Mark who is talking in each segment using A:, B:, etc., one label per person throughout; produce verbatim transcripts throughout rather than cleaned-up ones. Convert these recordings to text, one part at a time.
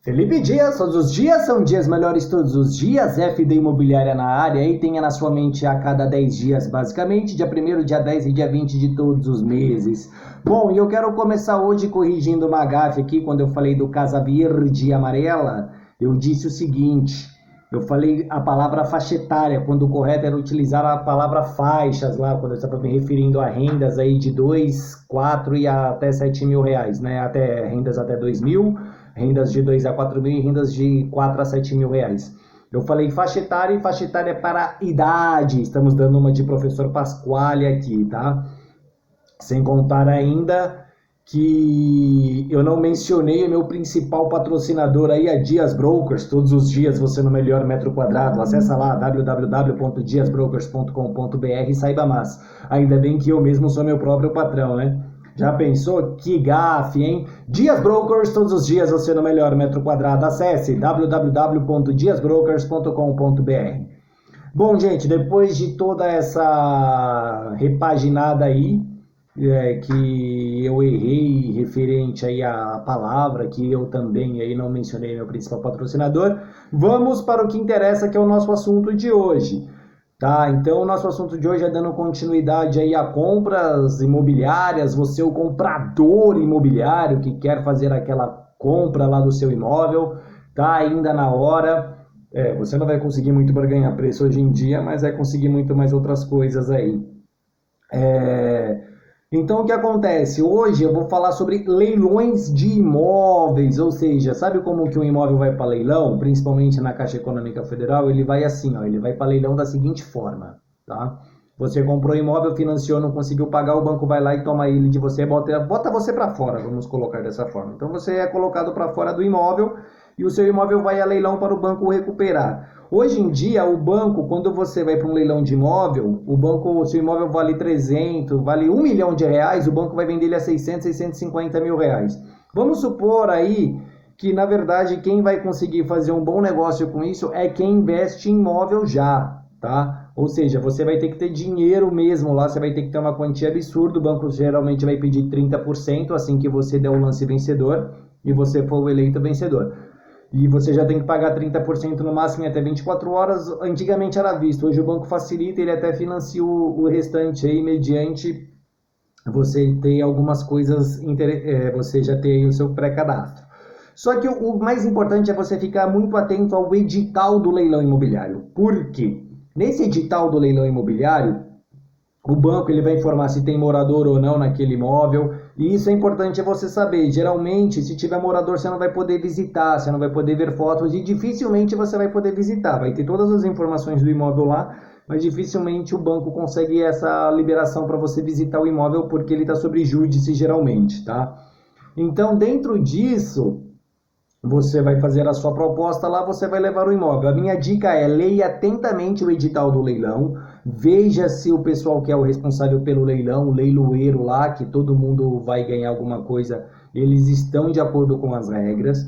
A: Felipe Dias, todos os dias são dias melhores todos os dias, F D Imobiliária na área, e tenha na sua mente a cada dez dias, basicamente, dia primeiro, dia dez e dia vinte de todos os meses. Bom, e eu quero começar hoje corrigindo uma gafe aqui, quando eu falei do Casa Verde e Amarela, eu disse o seguinte, eu falei a palavra faixa etária, quando o correto era utilizar a palavra faixas lá, quando eu estava me referindo a rendas aí de dois, quatro e até sete mil reais, né, até rendas até dois mil, rendas de dois a quatro mil e rendas de quatro a sete mil reais. Eu falei faixa etária e faixa etária para idade. Estamos dando uma de professor Pasquale aqui, tá? Sem contar ainda que eu não mencionei o meu principal patrocinador aí, a Dias Brokers. Todos os dias você no melhor metro quadrado. Acessa lá w w w ponto dias brokers ponto com ponto b r e saiba mais. Ainda bem que eu mesmo sou meu próprio patrão, né? Já pensou? Que gafe, hein? Dias Brokers, todos os dias você no melhor metro quadrado. Acesse w w w ponto dias brokers ponto com ponto b r. Bom, gente, depois de toda essa repaginada aí, é, que eu errei referente aí à palavra, que eu também aí não mencionei meu principal patrocinador, vamos para o que interessa, que é o nosso assunto de hoje. Tá, então o nosso assunto de hoje é dando continuidade aí a compras imobiliárias, você é o comprador imobiliário que quer fazer aquela compra lá do seu imóvel, tá ainda na hora, é, você não vai conseguir muito para ganhar preço hoje em dia, mas vai conseguir muito mais outras coisas aí. É... Então o que acontece? Hoje eu vou falar sobre leilões de imóveis, ou seja, sabe como que um imóvel vai para leilão? Principalmente na Caixa Econômica Federal, ele vai assim, ó, ele vai para leilão da seguinte forma, tá? Você comprou imóvel, financiou, não conseguiu pagar, o banco vai lá e toma ele de você, bota, bota você para fora, vamos colocar dessa forma. Então você é colocado para fora do imóvel e o seu imóvel vai a leilão para o banco recuperar. Hoje em dia, o banco, quando você vai para um leilão de imóvel, o banco, o seu imóvel vale trezentos, vale um milhão de reais, o banco vai vender ele a seiscentos, seiscentos e cinquenta mil reais. Vamos supor aí que, na verdade, quem vai conseguir fazer um bom negócio com isso é quem investe em imóvel já, tá? Ou seja, você vai ter que ter dinheiro mesmo lá, você vai ter que ter uma quantia absurda, o banco geralmente vai pedir trinta por cento assim que você der o lance vencedor e você for o eleito vencedor. E você já tem que pagar trinta por cento no máximo em até vinte e quatro horas. Antigamente era visto, hoje o banco facilita, ele até financia o, o restante aí mediante você ter algumas coisas, é, você já ter aí o seu pré-cadastro. Só que o, o mais importante é você ficar muito atento ao edital do leilão imobiliário. Por quê? Nesse edital do leilão imobiliário, o banco ele vai informar se tem morador ou não naquele imóvel, e isso é importante você saber. Geralmente, se tiver morador, você não vai poder visitar, você não vai poder ver fotos, e dificilmente você vai poder visitar. Vai ter todas as informações do imóvel lá, mas dificilmente o banco consegue essa liberação para você visitar o imóvel, porque ele está sob júdice geralmente, tá? Então, dentro disso, você vai fazer a sua proposta lá, você vai levar o imóvel. A minha dica é, leia atentamente o edital do leilão, veja se o pessoal que é o responsável pelo leilão, o leiloeiro lá, que todo mundo vai ganhar alguma coisa, eles estão de acordo com as regras.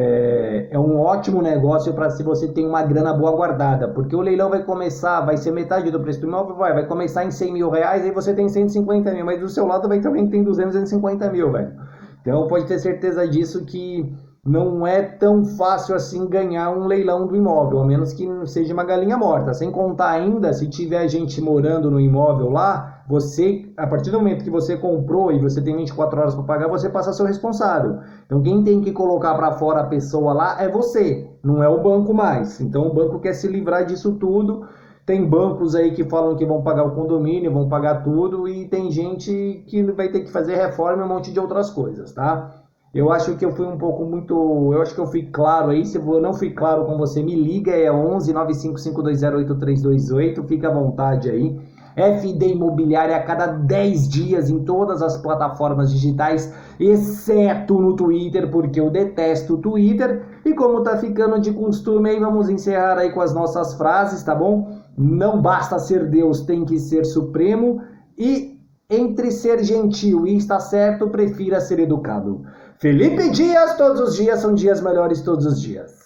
A: É, é um ótimo negócio para se você tem uma grana boa guardada, porque o leilão vai começar, vai ser metade do preço do imóvel, vai, vai começar em cem mil reais, aí você tem cento e cinquenta mil, mas do seu lado vai ter alguém que tem duzentos, duzentos e cinquenta mil, velho. Então pode ter certeza disso que não é tão fácil assim ganhar um leilão do imóvel, a menos que seja uma galinha morta. Sem contar ainda, se tiver gente morando no imóvel lá, você, a partir do momento que você comprou e você tem vinte e quatro horas para pagar, você passa a ser o responsável. Então quem tem que colocar para fora a pessoa lá é você, não é o banco mais. Então o banco quer se livrar disso tudo. Tem bancos aí que falam que vão pagar o condomínio, vão pagar tudo, e tem gente que vai ter que fazer reforma e um monte de outras coisas, tá? Eu acho que eu fui um pouco muito... Eu acho que eu fui claro aí. Se eu não fui claro com você, me liga. É onze nove cinco cinco dois zero oito três dois oito. Fica à vontade aí. F D Imobiliária a cada dez dias em todas as plataformas digitais, exceto no Twitter, porque eu detesto o Twitter. E como tá ficando de costume aí, vamos encerrar aí com as nossas frases, tá bom? Não basta ser Deus, tem que ser supremo. E entre ser gentil e estar certo, prefira ser educado. Felipe Dias, todos os dias são dias melhores todos os dias.